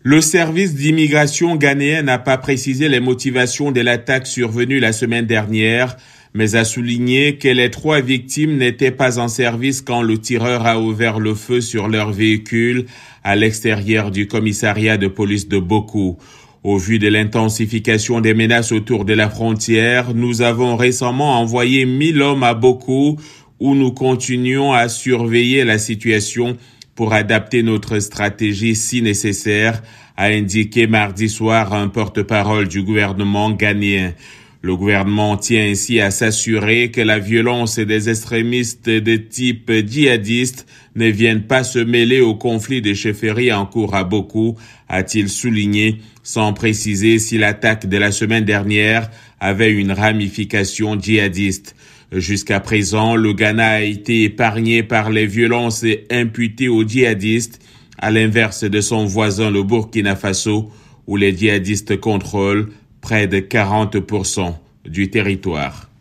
Le service d'immigration ghanéen n'a pas précisé les motivations de l'attaque survenue la semaine dernière, mais a souligné que les 3 victimes n'étaient pas en service quand le tireur a ouvert le feu sur leur véhicule à l'extérieur du commissariat de police de Bokou. Au vu de l'intensification des menaces autour de la frontière, nous avons récemment envoyé 1000 hommes à Bokou où nous continuons à surveiller la situation pour adapter notre stratégie si nécessaire, a indiqué mardi soir un porte-parole du gouvernement ghanéen. Le gouvernement tient ainsi à s'assurer que la violence des extrémistes de type djihadiste ne vienne pas se mêler au conflit de chefferie en cours à Bokou, a-t-il souligné, sans préciser si l'attaque de la semaine dernière avait une ramification djihadiste. Jusqu'à présent, le Ghana a été épargné par les violences imputées aux djihadistes, à l'inverse de son voisin le Burkina Faso, où les djihadistes contrôlent près de 40% du territoire.